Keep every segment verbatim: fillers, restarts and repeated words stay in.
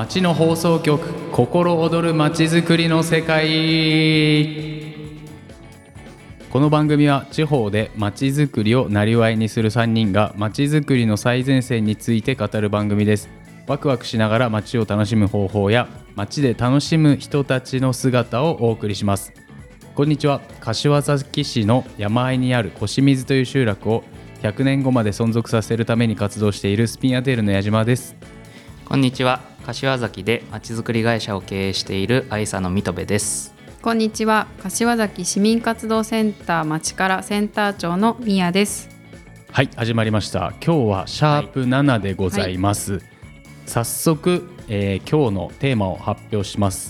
町の放送局、心躍る町づくりの世界。この番組は地方で町づくりをなりわいにするさんにんが町づくりの最前線について語る番組です。ワクワクしながら町を楽しむ方法や町で楽しむ人たちの姿をお送りします。こんにちは。柏崎市の山あいにある腰水という集落をひゃくねんごまで存続させるために活動しているスピンアテールの矢島です。 こんにちは。柏崎でまちづくり会社を経営している愛佐の水戸部です。 こんにちは。柏崎市民活動センター町からセンター長の宮です。 はい、始まりました。今日はシャープななでございます、はいはい、早速、えー、今日のテーマを発表します。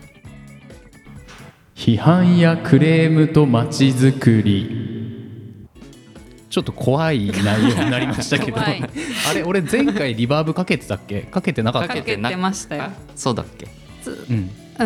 批判やクレームとまちづくり。ちょっと怖い内容になりましたけどあれ、俺前回リバーブかけてたっけ？かけてなかった？ かけてましたよ。 そうだっけ？ うんうん、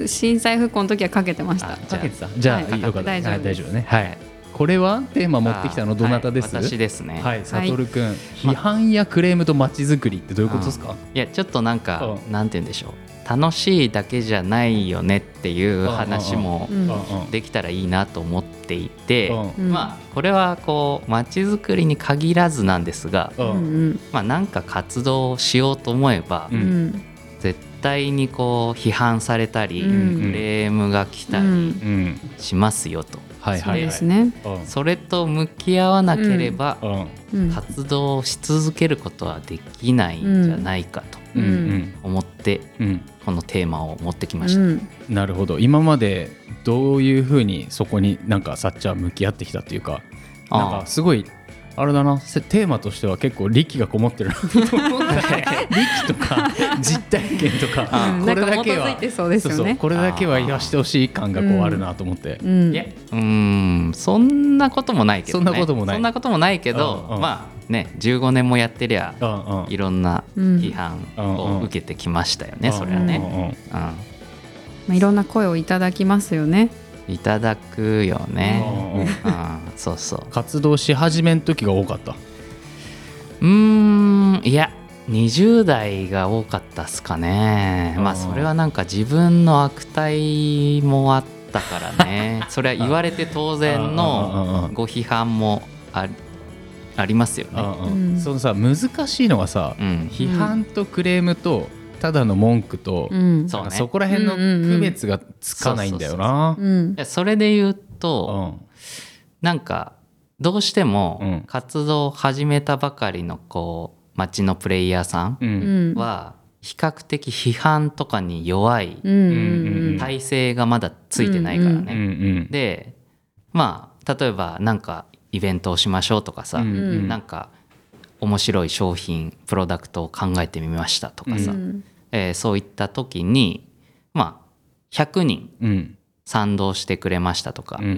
震災復興の時はかけてました。 かけてた。じゃあ、はい、よかった。大丈夫、はい、大丈夫ね。はい。これはテーマ持ってきたのどなたです？ はい、私ですね。 はい、サトルくん、はい、批判やクレームとまちづくりってどういうことですか？うん、 いや、ちょっとなんか、うん、なんて言うんでしょう。楽しいだけじゃないよねっていう話もできたらいいなと思っていて、うん、まあこれはこうまちづくりに限らずなんですが、うん、まあなんか活動をしようと思えば、うん、絶対にこう批判されたり、うん、クレームが来たりしますよと、 はいはいはい、そうですね。 それと向き合わなければ、うん、活動をし続けることはできないんじゃないかと思って、うんうん、このテーマを持ってきました、うん、 なるほど。今までどういうふうにそこになんかさっちゃん向き合ってきたっていうか、なんかすごいあれだな、テーマとしては結構力がこもってるなと思って力とか実体験とかこれだけはそうそうこれだけは言わしてほしい感がこうあるなと思って、 うん、いや、うーん、そんなこともないけどね。 そんなこともない。 そんなこともないけど、うんうん、まあね、じゅうごねんもやってりゃ、うんうん、いろんな批判を受けてきましたよね、うんうん、それはね、うんうんうん、 まあ、いろんな声をいただきますよね。 いただくよね、うんうん、そうそう。 活動し始めの時が多かった？ うーん、いやにじゅう代が多かったっすかね。まあそれはなんか自分の悪態もあったからねそれは言われて当然のご批判も あ, ありますよね、 うんうん、そのさ難しいのはさ、うん、批判とクレームとただの文句と、うん、そ, ね、そこら辺の区別がつかないんだよな。 それで言うと、うん、なんかどうしても活動を始めたばかりのこう街のプレイヤーさんは比較的批判とかに弱い体制がまだついてないからね。で、まあ例えばなんかイベントをしましょうとかさ、うんうん、なんか面白い商品プロダクトを考えてみましたとかさ、うんえー、そういった時にまあひゃくにん賛同してくれましたとか、うん、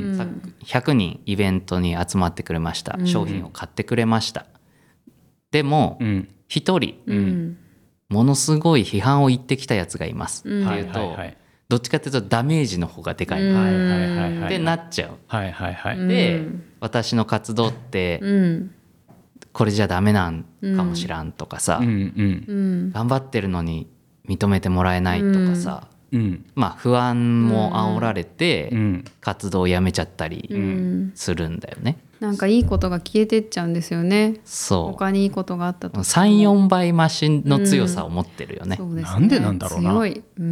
ひゃくにんイベントに集まってくれました、うん、商品を買ってくれました。でもひとり、うん、ものすごい批判を言ってきたやつがいます、うん、っていうと、はいはいはい、どっちかっていうとダメージの方がでかいってなっちゃう、はいはいはい、で、うん、私の活動って、うんこれじゃダメなんかもしらんとかさ、うんうん、頑張ってるのに認めてもらえないとかさ、うん、まあ不安も煽られて活動をやめちゃったりするんだよね、 うん、なんかいいことが消えてっちゃうんですよね。そう他にいいことがあったとさん,よん 倍増しの強さを持ってるよね、うんそうですね。 なんでなんだろうな。 強い。うん、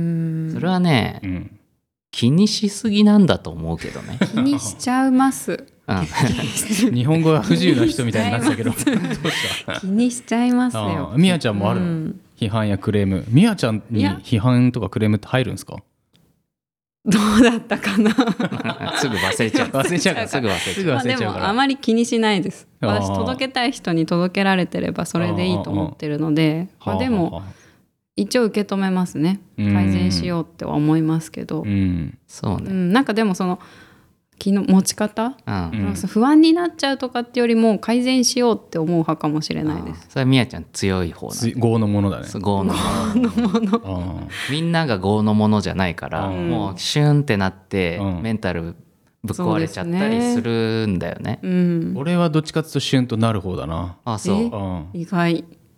それはね、うん、気にしすぎなんだと思うけどね。 気にしちゃいますうん、 日本語は不自由な人みたいになってたけどどうした気にしちゃいますよ。 みやちゃんもあるの、うん、批判やクレーム。みやちゃんに批判とかクレームって入るんですか？ どうだったかなすぐ忘れちゃう忘れちゃうからすぐ忘れちゃう、まあ、 でもあまり気にしないです。私届けたい人に届けられてればそれでいいと思ってるので、まあ、でも一応受け止めますね。改善しようっては思いますけど、うん、そうね、うん、なんかでもその気の持ち方、うん、不安になっちゃうとかってよりも改善しようって思う派かもしれないです。 それはみやちゃん強い方なの。業のものだね。 業のものみんなが業のものじゃないから、うん、もうシュンってなって、うん、メンタルぶっ壊れちゃったりするんだよね、 うん、 俺はどっちかっていうとシュンとなる方だな。 あ、そう、 うん、意外。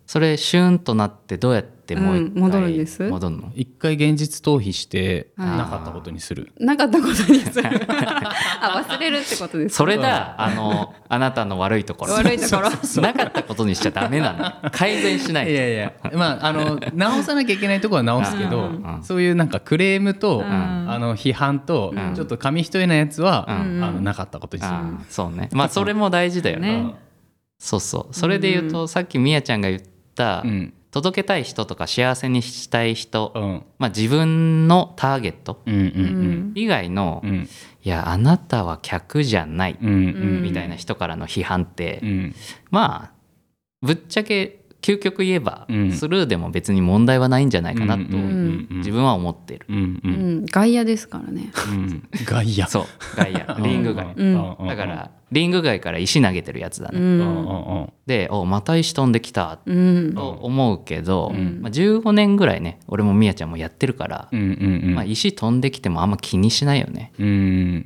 それシュンとなってどうやってもう一回、 うん、戻るんです。 戻るの？ 一回現実逃避してなかったことにする。 なかったことにする。あ、忘れるってことですか。 それだ、あのあなたの悪いところ。 悪いところ。 なかったことにしちゃダメなの。改善しないと。 いやいや、まああの直さなきゃいけないところは直すけど、そういうなんかクレームと、あの批判と、ちょっと紙一重なやつは、あのなかったことにする。 そうね。まあそれも大事だよね。そうそう。それで言うと、さっきみやちゃんが言った、うん、届けたい人とか幸せにしたい人、うん、まあ、自分のターゲット以外の、うんうんうん、いやあなたは客じゃない、うんうん、みたいな人からの批判って、うん、まあぶっちゃけ究極言えば、うん、スルーでも別に問題はないんじゃないかなと自分は思っている、うんうんうん、外野ですからね、 うん、外野そう外野リング外、うん、だからリング外から石投げてるやつだね、うん、でおまた石飛んできたと思うけど、うんまあ、じゅうごねんぐらいね俺もみやちゃんもやってるから、うんうんうんまあ、石飛んできてもあんま気にしないよね、うん、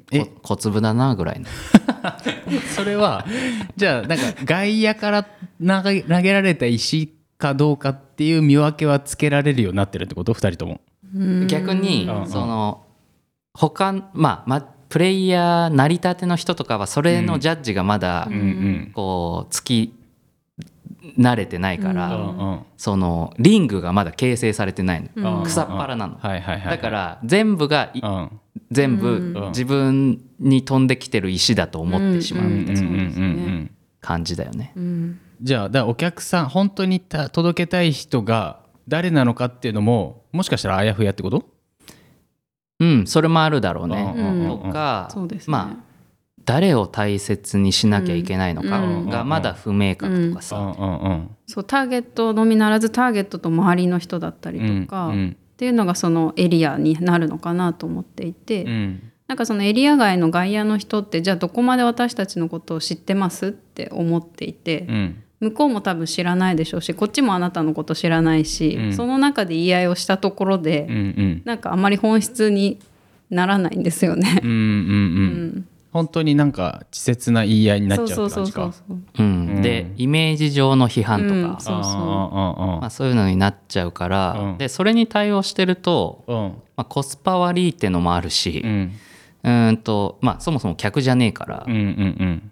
え小粒だなぐらいのそれはじゃあなんか外野から投げ、投げられた石かどうかっていう見分けはつけられるようになってるってことふたりとも。 逆にその他まあ、まあプレイヤー成り立ての人とかはそれのジャッジがまだこうつき慣れてないから、うんうん、そのリングがまだ形成されてないの、うん、草っぱらなの、はいはいはいはい、だから全部が、うん、全部自分に飛んできてる石だと思ってしまうみたいな感じだよね、うん、 じゃあ、だからお客さん本当に届けたい人が誰なのかっていうのももしかしたらあやふやってこと？ うん、それもあるだろうね、うん、とか、そうですね、まあ誰を大切にしなきゃいけないのかがまだ不明確とかさ、うんうんうん、 そうターゲットのみならずターゲットと周りの人だったりとか、うんうん、っていうのがそのエリアになるのかなと思っていて、うん、なんかそのエリア外の外野の人ってじゃあどこまで私たちのことを知ってますって思っていて、うん、向こうも多分知らないでしょうしこっちもあなたのこと知らないし、うん、その中で言い合いをしたところで、うんうん、なんかあんまり本質にならないんですよね。うんうんうんうん本当になんか稚拙な言い合いになっちゃうって感じか。 でイメージ上の批判とか、うん、そうそう、まあ、そういうのになっちゃうから、うん、でそれに対応してると、うんまあ、コスパ悪いってのもあるし、うん、うんとまあ、そもそも客じゃねえから、うんうんうん、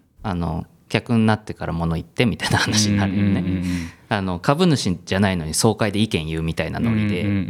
あの客になってから物言ってみたいな話になるよね、うんうんうんうん、あの株主じゃないのに総会で意見言うみたいなノリで、うんうんうん、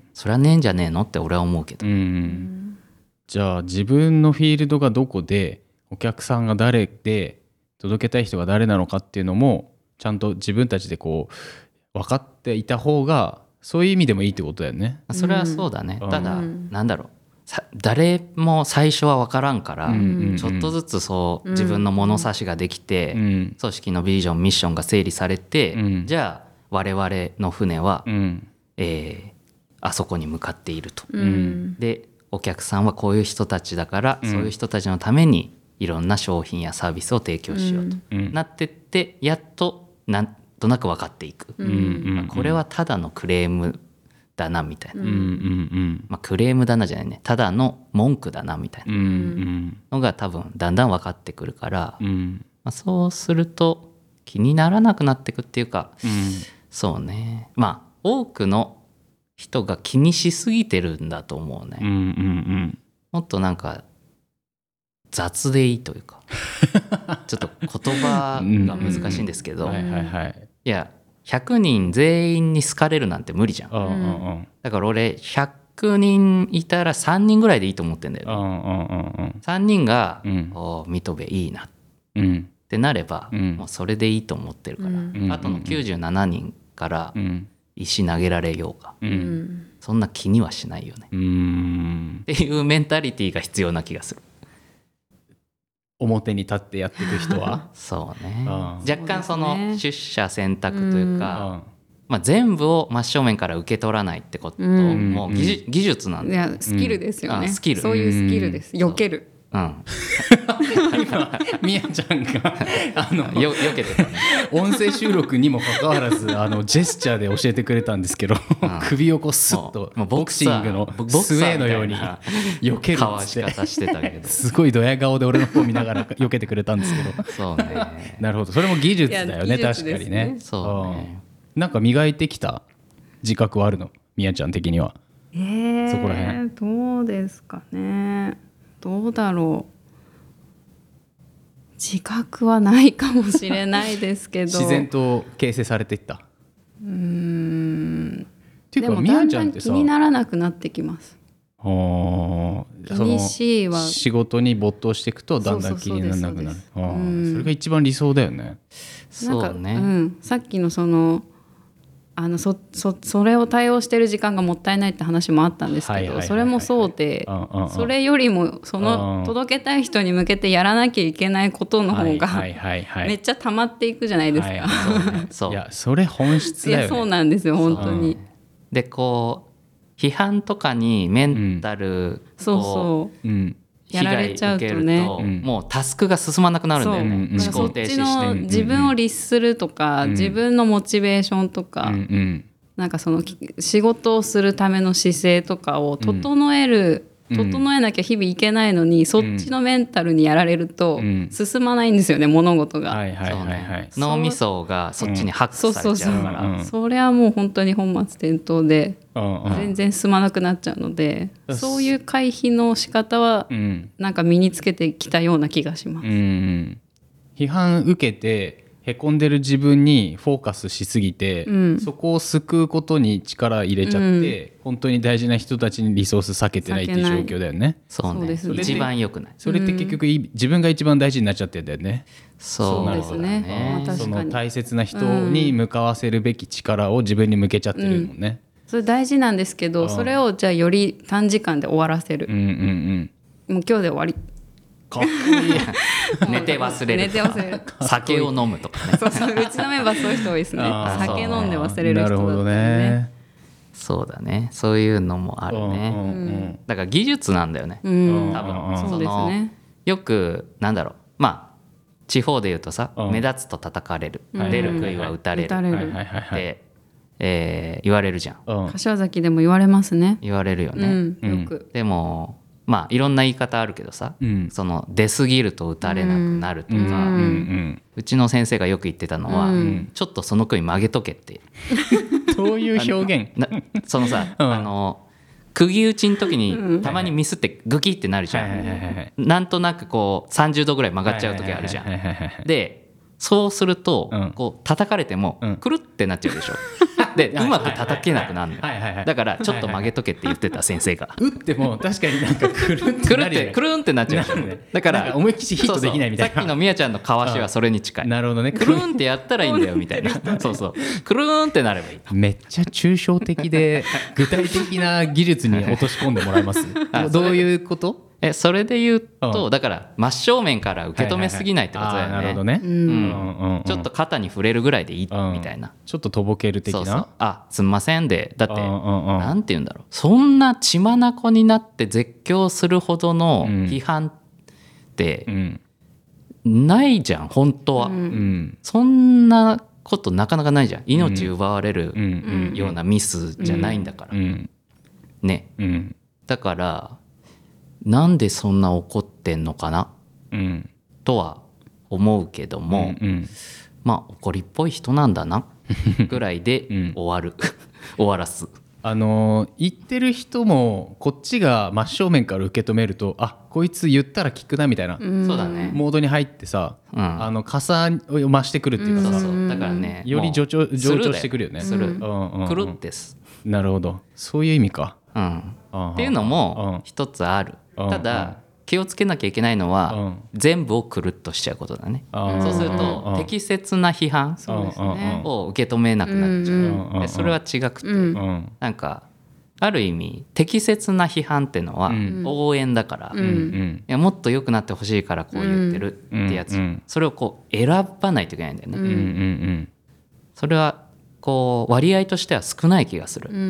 それはねえんじゃねえのって俺は思うけど、うんうんじゃあ自分のフィールドがどこでお客さんが誰で届けたい人が誰なのかっていうのもちゃんと自分たちでこう分かっていた方がそういう意味でもいいってことだよね。 それはそうだね、うん、ただ、うん、なんだろう誰も最初は分からんから、うんうんうん、ちょっとずつそう自分の物差しができて、うん、組織のビジョンミッションが整理されて、うん、じゃあ我々の船は、うんえー、あそこに向かっていると、うん、でお客さんはこういう人たちだから、うん、そういう人たちのためにいろんな商品やサービスを提供しようと、うん、なってってやっとなんとなく分かっていく、うんまあ、これはただのクレームだなみたいな、うんまあ、クレームだなじゃないねただの文句だなみたいなのが多分だんだん分かってくるから、うんまあ、そうすると気にならなくなってくっていうか、うん、そうねまあ多くの人が気にしすぎてるんだと思うね、うんうんうん、もっとなんか雑でいいというかちょっと言葉が難しいんですけど、うんうんはいはいはい、いやひゃくにん全員に好かれるなんて無理じゃん、うんうん、だから俺ひゃくにんいたらさんにんぐらいでいいと思ってんだよね、うんうんうん、さんにんが、うん、お水戸部いいなってなれば、うん、もうそれでいいと思ってるから、うん、あとのきゅうじゅうななにんから、うん石投げられようが、うん、そんな気にはしないよね、うん、っていうメンタリティーが必要な気がする。 表に立ってやっていく人はそうね、うん、若干その出社選択というか、うんまあ、全部を真正面から受け取らないってこともう 技, 技術なんだよね。 いやスキルですよね、 うん、スキルそういうスキルです。避けるうん、 今みやちゃんがあのよ避けてたね音声収録にもかかわらずあのジェスチャーで教えてくれたんですけど、うん、首をこうスッとボクシングのスウェーのように避けるかわし方してたけどすごいドヤ顔で俺の方見ながら避けてくれたんですけどそうねなるほどそれも技術だよね。確かにねそうねなんか磨いてきた自覚はあるの、みやちゃん的には。 えー、 そこら辺どうですかね。どうだろう。自覚はないかもしれないですけど自然と形成されていった。 うーんっていうかでもだんだん気にならなくなってきます。 気にしいは仕事に没頭していくとだんだん気にならなくなる。それが一番理想だよね。 そうね、 うん、さっきのそのあの そ, そ, それを対応してる時間がもったいないって話もあったんですけど、それもそうで、それよりもその届けたい人に向けてやらなきゃいけないことの方がめっちゃ溜まっていくじゃないですか。はいはいはい、 そういやそれ本質だよね。 いやそうなんですよ本当に。 でこう批判とかにメンタル、うん、 そうそう、うん被害受けると、うん、もうタスクが進まなくなるんだよね。思考停止して、 そっちの自分を律するとか、うん、自分のモチベーションとか、うん、なんかその仕事をするための姿勢とかを整える、うん、整えなきゃ日々いけないのに、うん、そっちのメンタルにやられると進まないんですよね、うん、物事が。 脳みそがそっちにハックされちゃうから、 それはもう本当に本末転倒で全然進まなくなっちゃうので、うん、そういう回避の仕方はなんか身につけてきたような気がします。うん、 批判受けてへこんでる自分にフォーカスしすぎて、うん、そこを救うことに力入れちゃって、うん、本当に大事な人たちにリソース避けてないっていう状況だよね。 そうね、そうですね、一番良くない。 それって結局、うん、自分が一番大事になっちゃってるんだよね。 そうですね。 その大切な人に向かわせるべき力を自分に向けちゃってるもんね。 うん、それ大事なんですけど、それをじゃあより短時間で終わらせる、うんうんうん、もう今日で終わり、 かっこいい寝て忘れる、寝て忘れる酒を飲むとかね。 そうそう、うちのメンバーそういう人多いですね。酒飲んで忘れる人だったりね。なるほどね。 そうだね、そういうのもあるね、うんうん、だから技術なんだよね、うん、多分、うん、そのそうですね、よくなんだろう、まあ地方で言うとさ、うん、目立つと叩かれる、うん、出る杭は打たれる、うん、ってえー、言われるじゃん、 うん、柏崎でも言われますね。 言われるよね、うん、よく。でもまあいろんな言い方あるけどさ、うん、その出過ぎると打たれなくなるとか、うんうん、うちの先生がよく言ってたのは、うん、ちょっとその杭曲げとけってどういう表現そのさ、うん、あの釘打ちの時にたまにミスってグキってなるじゃん、なんとなくこうさんじゅうどぐらい曲がっちゃう時あるじゃん。でそうするとこう叩かれてもくるってなっちゃうでしょ。でうまく叩けなくなるの。だからちょっと曲げとけって言ってた先生が。 打っても確かになんかくるってなるよね。 くるんってなっちゃうでしょ。だから思いっきりヒットできないみたいな。 さっきのみやちゃんのかわしはそれに近い。 なるほどね。 くるんってやったらいいんだよみたいな。そうそう。くるんってなればいい。 めっちゃ抽象的で具体的な技術に落とし込んでもらえます？どういうこと？ えそれで言うと、うん、だから真正面から受け止めすぎないってことだよね。 なるほどね、うんうん、ちょっと肩に触れるぐらいでいいみたいな、うん、 ちょっととぼける的な。 そうそう、あすんませんで、だって、うんうんうん、なんて言うんだろう、そんな血眼になって絶叫するほどの批判ってないじゃん本当は、うん、そんなことなかなかないじゃん。命奪われるようなミスじゃないんだから、うんうん、ね、うん、だからなんでそんな怒ってんのかな、うん、とは思うけども、うんうん、まあ怒りっぽい人なんだなぐらいで終わる、うん、終わらす。 あのー、言ってる人もこっちが真正面から受け止めると、あこいつ言ったら聞くなみたいな、 うん、そうだね、 モードに入ってさ、うん、あの傘を増してくるっていうかさ、 うん、だからねより上長上長してくるよね。 する、うんうんうん、くるってす。 なるほど、そういう意味か、 うん、っていうのも一つある。ただ気をつけなきゃいけないのは全部をくるっとしちゃうことだね。そうすると適切な批判を受け止めなくなっちゃう。でそれは違くて、なんかある意味適切な批判っていうのは応援だから、いやもっと良くなってほしいからこう言ってるってやつ、それをこう選ばないといけないんだよね。それはこう割合としては少ない気がする、うん、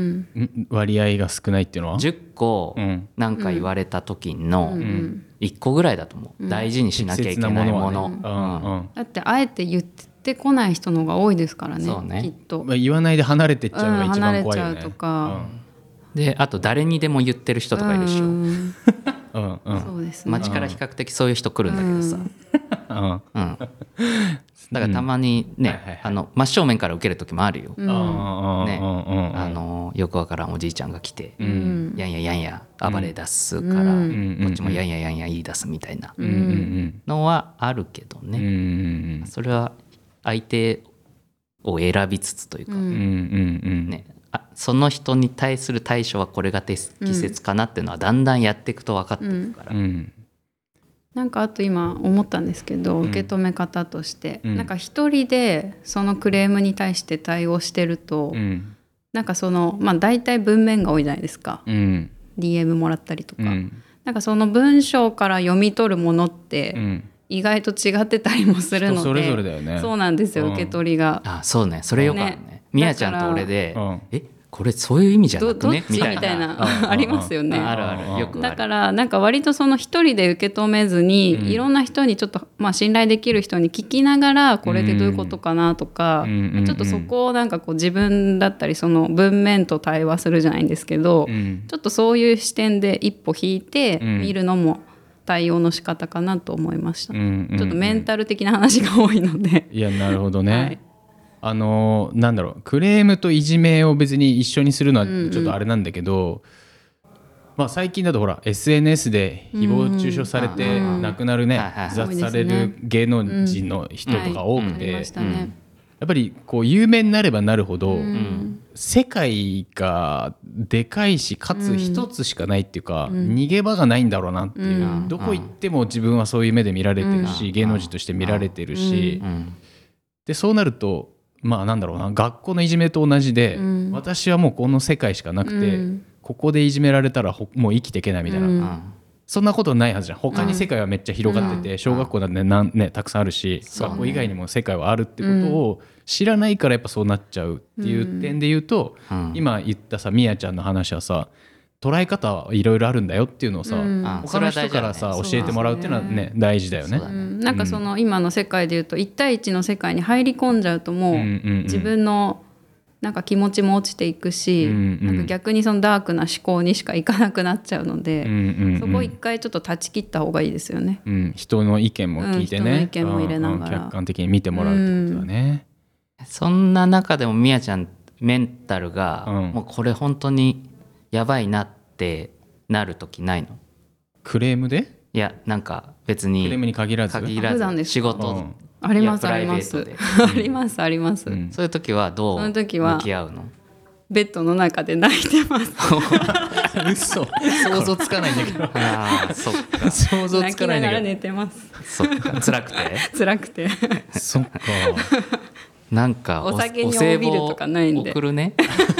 割合が少ないっていうのはじゅっこなんか言われた時のいっこぐらいだと思う、うん、大事にしなきゃいけないもの、ね、うんうん、だってあえて言ってこない人の方が多いですから ね, そうねきっと、 まあ、言わないで離れてっちゃうのが一番怖いよね、 うん、離れちゃうとか、 うん、であと誰にでも言ってる人とかいるでしょ、うんうんうん、そうですね、 街から比較的そういう人来るんだけどさ、うんうん、 だからたまにね、うんはいはいはい、あの真正面から受ける時もあるよ、うんね、あのよくわからんおじいちゃんが来て、うん、やんややんや暴れ出すから、うん、こっちもやんややんや言い出すみたいなのはあるけどね、うん、それは相手を選びつつというか、うんね、あその人に対する対処はこれが適切かなっていうのはだんだんやっていくと分かっていくから、うんうん、 なんかあと今思ったんですけど、受け止め方として、うん、なんか一人でそのクレームに対して対応してると、うん、なんかそのまあ大体文面が多いじゃないですか、うん、ディーエム もらったりとか、うん、なんかその文章から読み取るものって、うん意外と違ってたりもするので、 それぞれだよね。 そうなんですよ、うん、受け取りが。 あ、そうね、それよくあるね。みやちゃんと俺で、うん、え、これそういう意味じゃなくねみたいな、みたいなありますよね。 あるある、よくある。 だからなんか割とその一人で受け止めずに、うん、いろんな人にちょっとまあ信頼できる人に聞きながら、これでどういうことかなとか、うん、ちょっとそこをなんかこう自分だったりその文面と対話するじゃないんですけど、うん、ちょっとそういう視点で一歩引いて見るのも対応の仕方かなと思いました、うんうんうん、ちょっとメンタル的な話が多いのでいやなるほどね、はい、あのなんだろうクレームといじめを別に一緒にするのはちょっとあれなんだけど、うんうんまあ、最近だとほら エスエヌエス で誹謗中傷されて亡くなるね、自殺される芸能人の人とか多くて、やっぱりこう有名になればなるほど、うん、世界がでかいしかつ一つしかないっていうか、うん、逃げ場がないんだろうなっていう、うん、どこ行っても自分はそういう目で見られてるし、うん、芸能人として見られてるし、うん、でそうなるとまあなんだろうな学校のいじめと同じで、うん、私はもうこの世界しかなくて、うん、ここでいじめられたらもう生きていけないみたいな、うんそんなことないはずじゃん。他に世界はめっちゃ広がってて、うん、小学校なんてなんねたくさんあるし、うん、学校以外にも世界はあるってことを知らないからやっぱそうなっちゃうっていう点で言うと、うん、今言ったさみやちゃんの話はさ捉え方はいろいろあるんだよっていうのをさ、うん、他の人からさ、ね、教えてもらうっていうのはね大事だよね。 うん、なんかその今の世界で言うといち対いちの世界に入り込んじゃうともう自分のなんか気持ちも落ちていくし、うんうん、なんか逆にそのダークな思考にしかいかなくなっちゃうので、うんうんうん、そこを一回ちょっと断ち切った方がいいですよね、 うん、人の意見も聞いてね、 うん、人の意見も入れながら客観的に見てもらうってことだね、 うん、そんな中でもみやちゃんメンタルが、うん、もうこれ本当にやばいなってなる時ないの？ クレームで？ いやなんか別にクレームに限らず限らず仕事、うんありますありますありますあります、うん、 そういう時はどう向き合うの？ ベッドの中で泣いてます嘘想像つかないんだけどああそっか想像つかないんだけど泣きながら寝てますそっか辛くて辛くてそっかなんかお, お酒に帯びるとかないんで送るね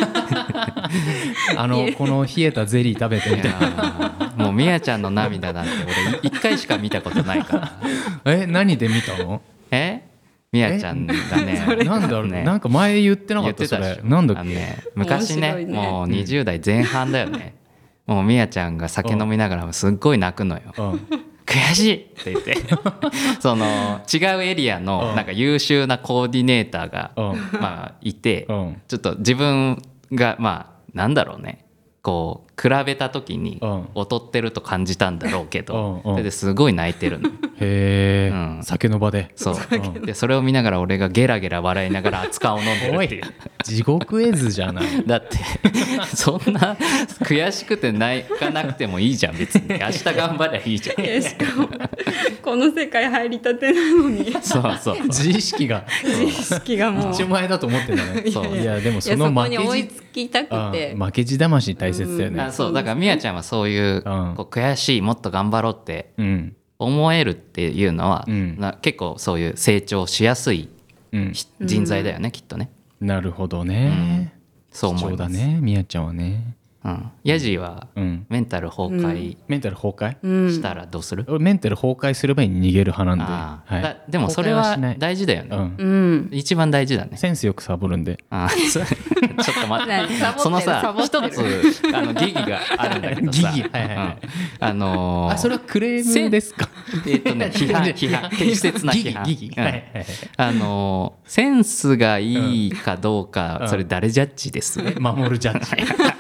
あのこの冷えたゼリー食べてみたいなもうみやちゃんの涙なんて俺一回しか見たことないからえ何で見たの？ えみやちゃんがねなんだろうねなんか前言ってなかったそれなんだっけ、 ね、昔 ね, ねもうにじゅう代前半だよね、うん、もうみやちゃんが酒飲みながらすっごい泣くのよ、うん、悔しいって言ってその違うエリアのなんか優秀なコーディネーターが、うんまあ、いて、うん、ちょっと自分がまあなんだろうねこう比べた時に劣ってると感じたんだろうけど、うん、それですごい泣いてるのへー、うん、酒の場でそう、うん、でそれを見ながら俺がゲラゲラ笑いながら熱燗を飲んでるっていう地獄絵図じゃないだってそんな悔しくて泣かなくてもいいじゃん別に明日頑張りゃいいじゃんいやしかもこの世界入りたてなのにそうそう自意識が自意識がもう一応前だと思ってんだねそういやでもその負けじ追いつきたくて負けじ魂大切だよね、 うん、あそうだからみやちゃんはそういう、うん、こう悔しいもっと頑張ろうって思えるっていうのは、うん、な結構そういう成長しやすい人材だよね、うん、きっとね。 なるほどね、うん、 そう思います。 貴重だねみやちゃんはね。 うん、ヤジはメンタル崩壊、 うん、メンタル崩壊したらどうする？ 俺メンタル崩壊する前に逃げる派なんで、 はい、だでもそれは大事だよね、うん、一番大事だね。 センスよくサボるんであちょっと待ってそのさ一つあの疑義があるんだけどさ疑義、はいはいはい、 あのー、 あそれはクレームですか？ えっとね批判批判適切な批判疑義、はいはいはい、 あのー、センスがいいかどうか、うん、それ誰ジャッジです？ 守るジャッジ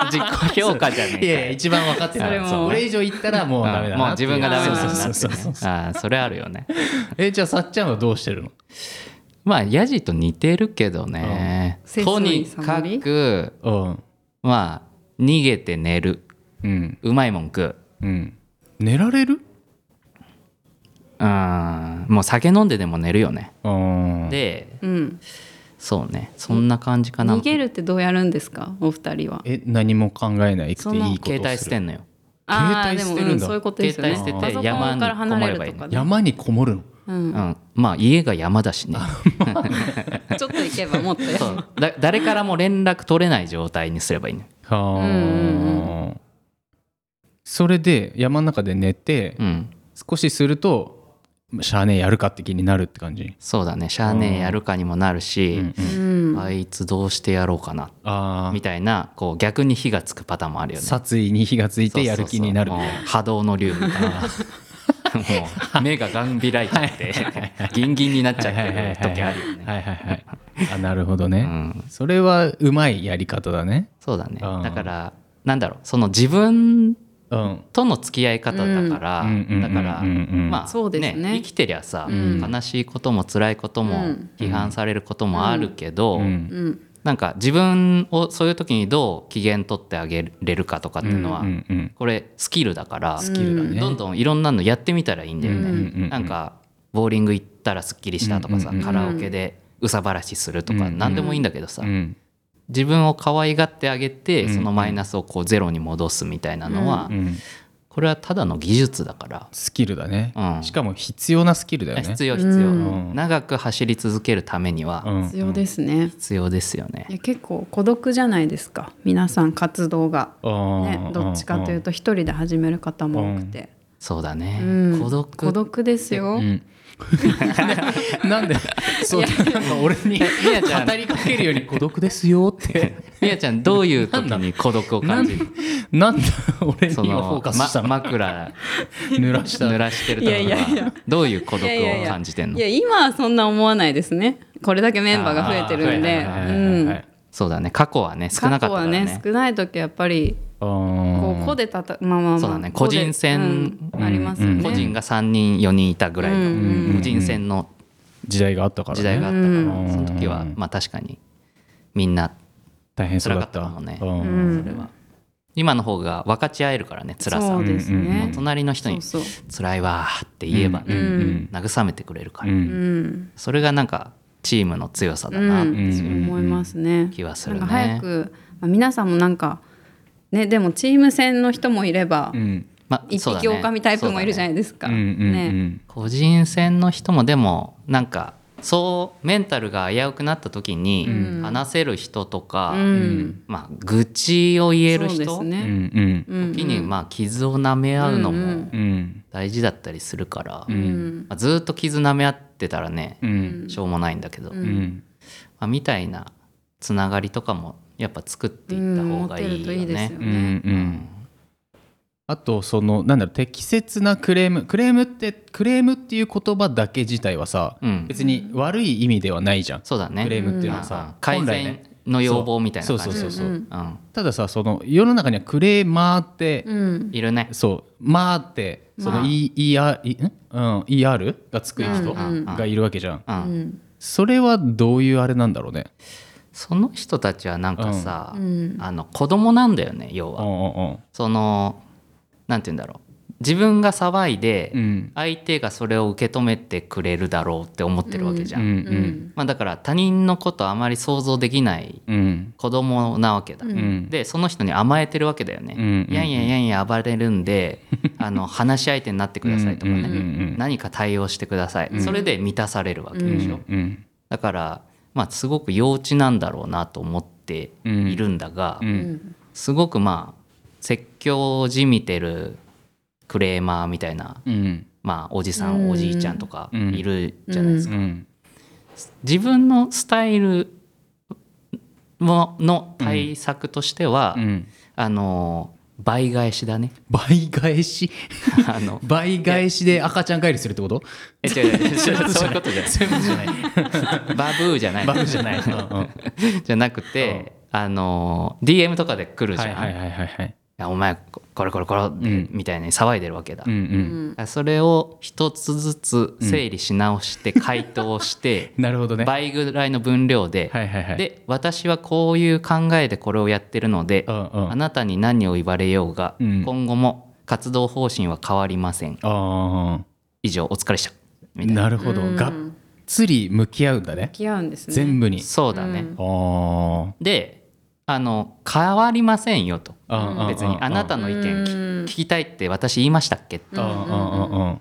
自己評価じゃねえか。 いやいや一番分かってる。それ以上言ったらもうダメだな、 もう自分がダメなんだなってそうそうそう。 あそれあるよね。 えじゃあさっちゃんはどうしてるの？ まあヤジと似てるけどね、 うん、 とにかく、うん、まあ逃げて寝る、うん、うまいもん食う、 うん、寝られる？ うんもう酒飲んででも寝るよね。で、うん、そうねそんな感じかな。 逃げるってどうやるんですかお二人は？ え何も考えないくていいことをする。 携帯捨てんのよ。 携帯捨てるんだ。うん、そういうことですよね。 携帯捨てて山にこもればいい、ね、 山にこもるの？ うんうん、まあ家が山だしねちょっと行けばもっとそうだ誰からも連絡取れない状態にすればいいの。はあ、うんうんうん、それで山の中で寝て、うん、少しするとしゃあねえやるかって気になるって感じ。 そうだねしゃあねえやるかにもなるし、うんうん、あいつどうしてやろうかなみたいなこう逆に火がつくパターンもあるよね。 殺意に火がついてやる気になるみたいな。 そうそうそう波動の竜みたいなもう目がガン開いちゃってギンギンになっちゃってる時あるよね。はいはいはい。 あなるほどね、うん、それはうまいやり方だね。 そうだね、うん、だからなんだろうその自分との付き合い方だから、うん、だからまあそうですね生きてりゃさ、うん、悲しいことも辛いことも批判されることもあるけど、うんうんなんか自分をそういう時にどう機嫌取ってあげれるかとかっていうのはこれスキルだからどんどんいろんなのやってみたらいいんだよね。なんかボーリング行ったらすっきりしたとかさカラオケでうさばらしするとか何でもいいんだけどさ自分を可愛がってあげてそのマイナスをこうゼロに戻すみたいなのはこれはただの技術だからスキルだね、うん、しかも必要なスキルだよね。 必要必要、うん、長く走り続けるためには必要ですね。 必要ですよね。 いや結構孤独じゃないですか皆さん活動が、ね、どっちかというと一人で始める方も多くて、うん、 そうだね、 うん、孤独孤独ですよ、うんなんでそうなんか俺に語りかけるように孤独ですよってみやちゃんどういう時に孤独を感じる？ なんだ俺にフォーカスしたの？ ま、枕濡らした濡らしてる時はどういう孤独を感じてんの？ いやいやいや今はそんな思わないですね。これだけメンバーが増えてるんでそうだね過去はね少なかったからね。 過去はね少ない時はやっぱりこう個でたたまあまあまあそうだね個人戦、 うん、ありますよね。 個人がさんにんよにんいたぐらいの個人戦の時代があったからね。 時代があったからその時はまあ確かにみんな大変そうだったもんね。それは今の方が分かち合えるからね辛さ。 そうですね。 もう隣の人に辛いわって言えばね、うん、慰めてくれるから、うん、それがなんかチームの強さだなって思いますね。 気はするね。 なんか早く、まあ、皆さんもなんかねでもチーム戦の人もいれば、うんまあ一匹狼タイプもいるじゃないですか。ね、 個人戦の人もでもなんかそうメンタルが危うくなった時に話せる人とか、うんまあ、愚痴を言える人時にまあ傷を舐め合うのも大事だったりするから、うんまあ、ずっと傷舐め合ってたらね、うん、しょうもないんだけど、うんまあ、みたいなつながりとかもやっぱ作っていった方がいいよね。 あとそのなんだろう適切なクレームクレームってクレームっていう言葉だけ自体はさ、うん、別に悪い意味ではないじゃん。 そうだね。 クレームっていうのはさ、 うん、改善の要望みたいな感じ。 そうそうそうそう、うん、たださその世の中にはクレーマーって、うん、 いるね。 そうマーってその イーアール、うん、イーアール がつく人がいるわけじゃん、うんうん、それはどういうあれなんだろうね。 その人たちはなんかさ、うん、あの子供なんだよね要は、うんうんうん、そのなんて言うんだろう自分が騒いで相手がそれを受け止めてくれるだろうって思ってるわけじゃん、うんうんまあ、だから他人のことあまり想像できない子供なわけだ、うん、でその人に甘えてるわけだよね、うんうんうん、やんやんやんや暴れるんであの話し相手になってくださいとかね、うんうんうん、何か対応してください、うん、それで満たされるわけでしょ、うんうん、だからまあすごく幼稚なんだろうなと思っているんだが、うん、すごくまあ説教じみてるクレーマーみたいな、うん、まあおじさん、うん、おじいちゃんとかいるじゃないですか、うん、自分のスタイルの対策としては、うん、あの倍返しだね。 倍返しあの倍返しで赤ちゃん返りするってこと？ え違う違うそういうことじゃない。そういうことじゃない。バブーじゃない。 バブーじゃない。 じゃなくて、 あの ディーエム とかで来るじゃん、 はいはいはいはい、 いやお前これこれこれ、うん、みたいに騒いでるわけだ、 うんうん、 それを一つずつ整理し直して回答して、 うん、なるほどね、 倍ぐらいの分量で、 はいはいはい、で私はこういう考えでこれをやってるので、うんうん、あなたに何を言われようが、うん、今後も活動方針は変わりません、あ以上お疲れしたみたいな。 なるほど、がっつり向き合うんだね。 向き合うんですね、 全部に。 そうだね、 うん、 あであの変わりませんよと、うん、別にあなたの意見聞きたいって私言いましたっけって、うん、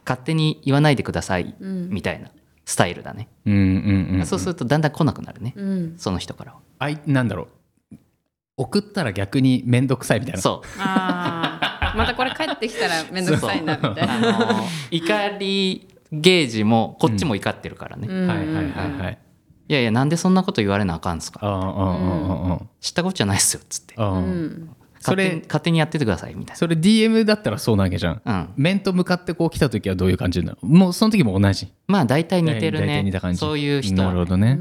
勝手に言わないでください、うん、みたいなスタイルだね、うんうんうん、そうするとだんだん来なくなるね、うん、その人からは。 あいなんだろう、送ったら逆に面倒くさいみたいな。 そうあまたこれ帰ってきたら面倒くさいなみたいなあの怒りゲージもこっちも怒ってるからね、うん、はいはいはいはい、いやいやなんでそんなこと言われなあかんすか、うん、知ったことじゃないっすよっつって、うん、それ勝手に、勝手にやっててくださいみたいな。 それ ディーエム だったらそうなわけじゃん、うん、面と向かってこう来た時はどういう感じなの？もうその時も同じ？ まあ大体似てるね、そういう人は、ね、 なるほどね、 うん、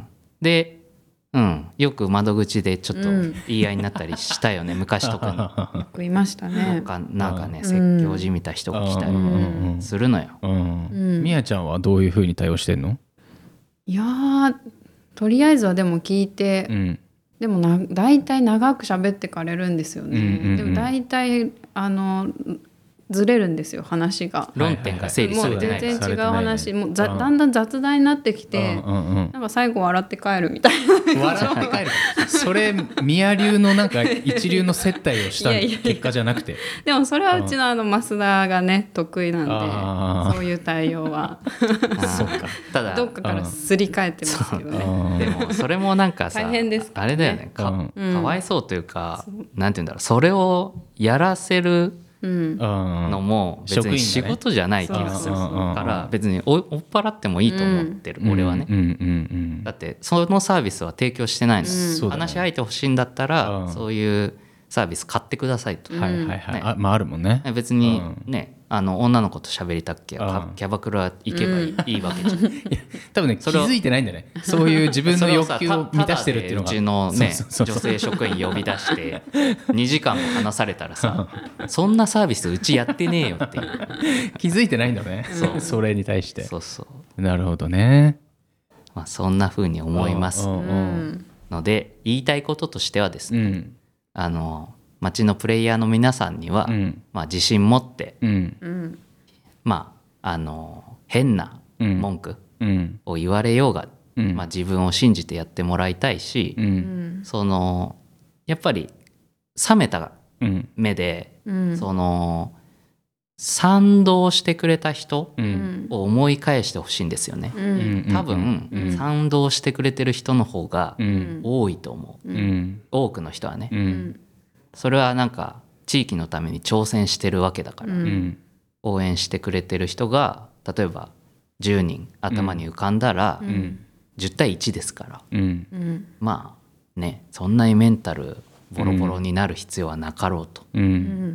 で、うん、よく窓口でちょっと言い合いになったりしたよね、うん、昔とかによくいましたね。 なんか、なんかね、説教じみた人が来たりするのよ。 みやちゃんはどういう風に対応してんの？ いやとりあえずはでも聞いて、うん、でもな大体長く喋ってかれるんですよね、うんうんうん、でも大体あのずれるんですよ話が、 論点が整理されてない、 もう全然違う話、もうざだんだん雑談になってきて、うんうんうん、なんか最後笑って帰るみたいな笑って帰るそれ宮流のなんか一流の接待をした結果じゃなくて。いやいやでもそれはうちのあの増田がね得意なんで、そういう対応はそうか、ただどっかからすり替えてますけどね。 でもそれもなんかさ大変ですかね、 あれだよね、 か,、うん、かわいそうというか、なんていうんだろう、それをやらせるのも別に仕事じゃない気がするから別に追っ払ってもいいと思ってる、うん、俺はね、うんうんうん、だってそのサービスは提供してないの、うん、話し合えてほしいんだったら、うん、そういうサービス買ってくださいと、うん、はいはいはい、ね、あ、まあ、あるもんね、別にね、うん、あの女の子と喋りたっけ、うん、キャバクラ行けばいい、うん、いいわけじゃん。いや多分ね気づいてないんだね、そういう自分の欲求を満たしてるっていうのが。 うちのね女性職員呼び出してにじかんも話されたらさそんなサービスうちやってねえよっていう気づいてないんだね、そうそれに対して。 そうそう、 なるほどね、 まあ、そんな風に思いますので、言いたいこととしてはですね、うん、あの街のプレイヤーの皆さんには、うんまあ、自信持って、うん、まああの変な文句を言われようが、うんまあ、自分を信じてやってもらいたいし、うん、そのやっぱり冷めた目で、うん、その賛同してくれた人を思い返してほしいんですよね、うん、多分、うん、賛同してくれてる人の方が多いと思う、うん、多くの人はね、うん、それはなんか地域のために挑戦してるわけだから、うん、応援してくれてる人が例えばじゅうにん頭に浮かんだら、うん、じゅうたいいちですから、うん、まあねそんなにメンタルボロボロになる必要はなかろうと、うん、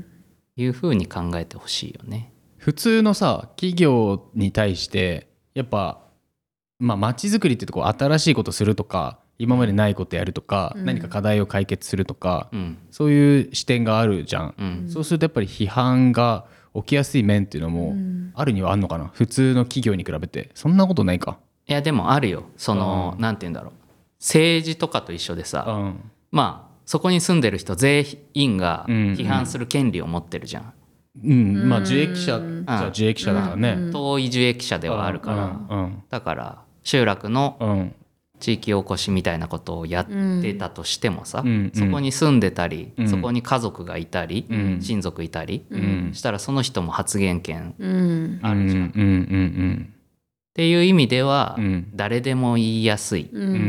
いうふうに考えてほしいよね。 普通のさ企業に対してやっぱまあ街づくりってとこ新しいことするとか今までないことやるとか、うん、何か課題を解決するとか、うん、そういう視点があるじゃん、うん、そうするとやっぱり批判が起きやすい面っていうのもあるにはあるのかな、普通の企業に比べて。そんなことないか。 いやでもあるよ、その、うん、なんて言うんだろう、政治とかと一緒でさ、うん、まあそこに住んでる人全員が批判する権利を持ってるじゃん、 うんうん、まあ受益者じゃ受益者だからね、 うん、遠い受益者ではあるから、うんうん、だから集落の地域おこしみたいなことをやってたとしてもさ、うん、そこに住んでたり、うん、そこに家族がいたり、うん、親族いたり、うん、したらその人も発言権あるじゃん、うんうんうんうん、っていう意味では、うん、誰でも言いやすい、うんうんうん、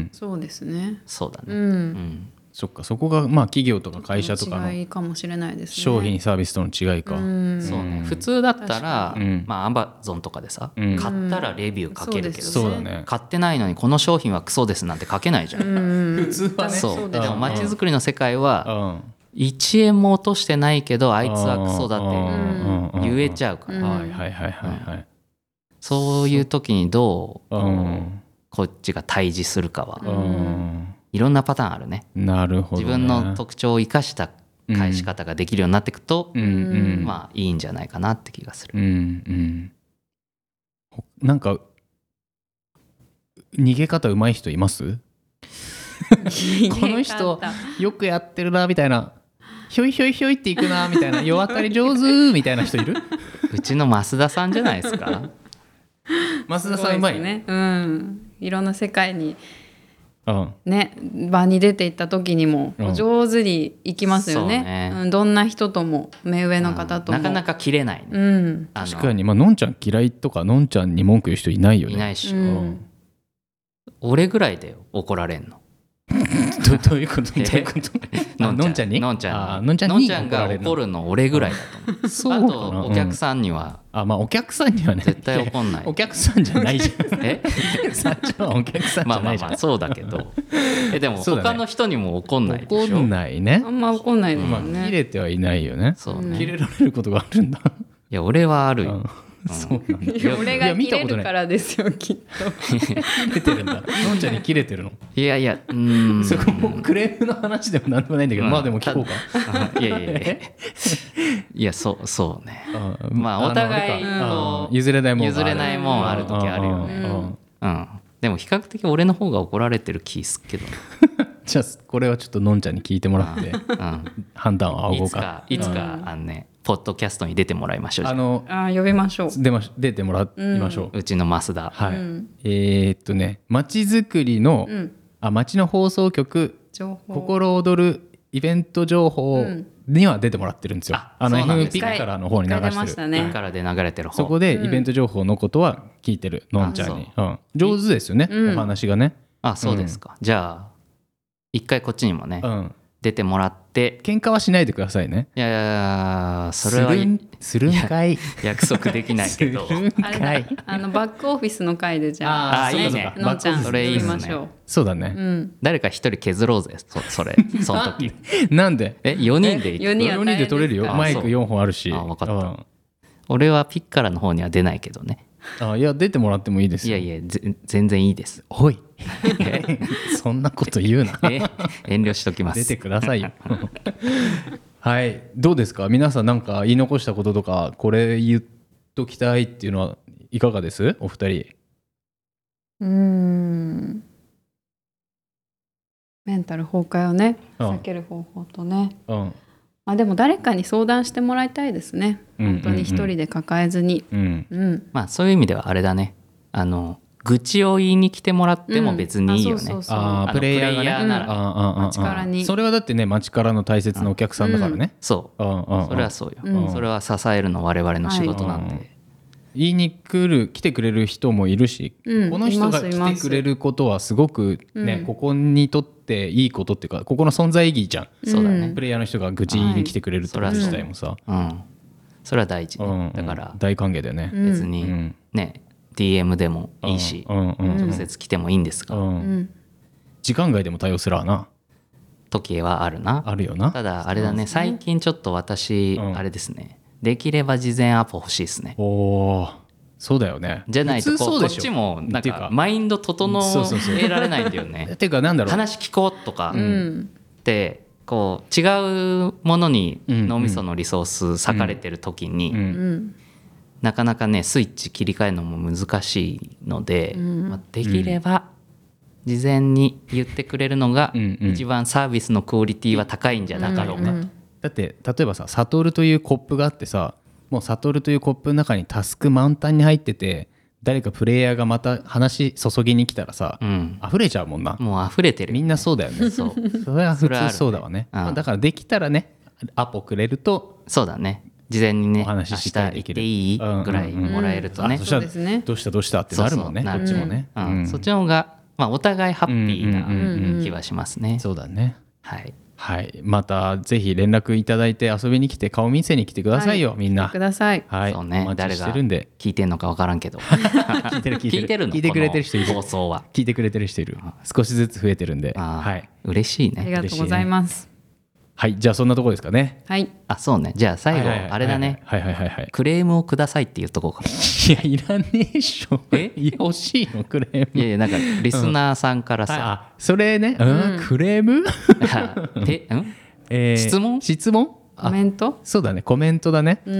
そうですね、 そうだね、 うんうん、そっか、そこがまあ企業とか会社とかの違いかもしれないですね、 商品サービスとの違いか、うん、 そうね、普通だったら、まあ、アマゾンとかでさ、うん、買ったらレビュー書けるけど、 そうだね、 買ってないのにこの商品はクソですなんて書けないじゃん、 うん、 普通はね。 そうでも街づくりの世界は、うん、いちえんも落としてないけどあいつはクソだって言えちゃうから、 はいはいはいはい、 そういう時にどう、うん、こっちが対峙するかはいろんなパターンあるね。 なるほど、ね、 自分の特徴を生かした返し方ができるようになっていくと、うん、まあいいんじゃないかなって気がする。うんうん、 なんか逃げ方上手い人います？この人よくやってるなみたいな、ひょいひょいひょいっていくなみたいな、世渡り上手みたいな人いる？ うちの増田さんじゃないですか。 増田さんうまいね、うん、いろんな世界に、 うんね、場に出ていった時にも上手にいきますよね。うんね、うん、どんな人とも目上の方とも、 うん、なかなか切れない、ね、 うん、 確かに、まあのんちゃん嫌いとかのんちゃんに文句言う人いないよね。 いないし、うん、俺ぐらいで怒られんの。 ど, どういうことどういうことのんちゃんにのんちゃんにのんちゃんにが怒るの俺ぐらいだと思う。そうあとお客さんには、 うん、あまあお客さんにはね絶対怒んない。 お客さんじゃないじゃん。え社長はお客さんじゃないじゃん。 まあまあまあそうだけどえでも他の人にも怒んないでしょ。 怒んないね。 あんま怒んないですよね、 まあ、切れてはいないよね。 そうね、 切れられることがあるんだ。 いや俺はあるよ、うんそうなんだ。いや俺が切れるからですよきっと。 切れてるんだ。のんちゃんに切れてるの。 いやいや、うーん。 そこもクレームの話でもなんでもないんだけど、うん、まあでも聞こうか。 いやいやいや。いやそうそうね。まあお互いこう譲れないもん譲れないもんある時あるよね。うんうん。でも比較的俺の方が怒られてる気すっけど。 じゃあこれはちょっとのんちゃんに聞いてもらって、うん、判断を仰ごうか。 いつかいつかあのね。ポッドキャストに出てもらいましょう。 あのあ呼びましょう。 出ま出てもらいましょう。 うん、うちの増田。 はい。うん、えー、っとね、まちづくりの、うん、あ町の放送局心躍るイベント情報には出てもらってるんですよ。うん、あ, あの エフピッからの方に流してる。ピッからで流れてる方。 そこでイベント情報のことは聞いてる、うん、のんちゃんに。うん、上手ですよね、うん、お話がね。 あ、そうですか。うん、じゃあ一回こっちにもね。うん出てもらって喧嘩はしないでくださいね。 いやいやそれはするんするんかい約束できないけどあれあのバックオフィスの回でじゃあああいいねのんちゃんそれいいましょう。 そうだね、 うん、 誰か一人削ろうぜ そ, それその時なんでえよにんでよにんで取れるよ。マイクよんほんあるし。 あ分かった、うん、俺はピッカラの方には出ないけどね。 あいや出てもらってもいいですよ。 いやいや全然いいです。 おいそんなこと言うなえ遠慮しときます。 出てくださいよはいどうですか皆さん。なんか言い残したこととかこれ言っときたいっていうのはいかがですお二人。 うーんメンタル崩壊をね避ける方法とね、うん、まあ、でも誰かに相談してもらいたいですね、うんうんうん、本当に一人で抱えずに、うんうん、 まあそういう意味ではあれだねあの愚痴を言いに来てもらっても別にいいよね。 プレイヤーがね、 なら街からにそれはだってね街からの大切なお客さんだからね、うん、 そうそれはそうよ、うん、それは支えるの我々の仕事なんで、はい、 言いに来る来てくれる人もいるし、うん、この人が来てくれることはすごくね、うん、ここにとっていいことっていうかここの存在意義じゃん。 そうだね。 プレイヤーの人が愚痴言いに来てくれるってこと自体もさ、 はい、うん、それは大事、ね、うん、だから大歓迎だよね。 別に、うん、ねディーエム でもいいし、うんうん、直接来てもいいんですが、うん、 時間外でも対応するわな時はあるな。 あるよな。 ただあれだね、最近ちょっと私、うん、あれですねできれば事前アポ欲しいですね。 おーそうだよね。 じゃないとこ, こっちもなんかマインド整えられないんだよね。 っていうかなんだろう話聞こうとかってこう違うものに脳みそのリソース割かれてる時に、うんうん、なかなかねスイッチ切り替えるのも難しいので、うんまあ、できれば事前に言ってくれるのが一番サービスのクオリティは高いんじゃなかろうかと、うんうん、 だって例えばさサトルというコップがあってさもうサトルというコップの中にタスク満タンに入ってて誰かプレイヤーがまた話注ぎに来たらさ、うん、溢れちゃうもんな。 もう溢れてる、 みんなそうだよね。そうそれは普通そうだわね、うん、だからできたらねアポくれるとそうだね事前にねお話ししたりできる明日行っていいぐらいもらえるとね、うんうんうん、 そうですね。 どうしたどうしたってなるもんね。 そうそうこっちもね、 うんうん、そっちの方が、まあ、お互いハッピーな気はしますね、うんうんうん、 そうだね。 はいはい、またぜひ連絡いただいて遊びに来て顔見せに来てくださいよ、はい、みんな来てください。 はい、 そうね、誰が聞いてんのか分からんけど聞いてる聞いてる聞いてるの聞いてくれてる人いる。 放送は聞いてくれてる人いる。少しずつ増えてるんで、 あ、 はい、 嬉しいね。 ありがとうございます。 はい、じゃあそんなとこですかね。 はい。 あ、そうね。じゃあ最後あれだね。 はいはいはいはい。 クレームをくださいって言っとこうかな。 いやいらねえっしょ。え、いや欲しいのクレーム。 いやいやなんかリスナーさんからさ。うん、 あ、それね。うん、クレーム？ え、うん？ えー、 質問？ 質問？ コメント？ そうだね。コメントだね。 うん。うん、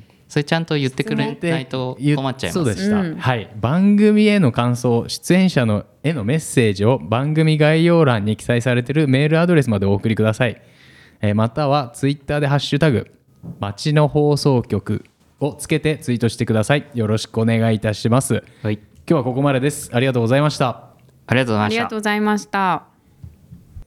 それちゃんと言ってくれないと困っちゃいます。 そうでした、うん、はい。番組への感想、出演者のへのメッセージを番組概要欄に記載されているメールアドレスまでお送りください。えー、またはツイッターでハッシュタグ町の放送局をつけてツイートしてください。よろしくお願いいたします。はい、今日はここまでです。ありがとうございました。 ありがとうございました。 ありがとうございました。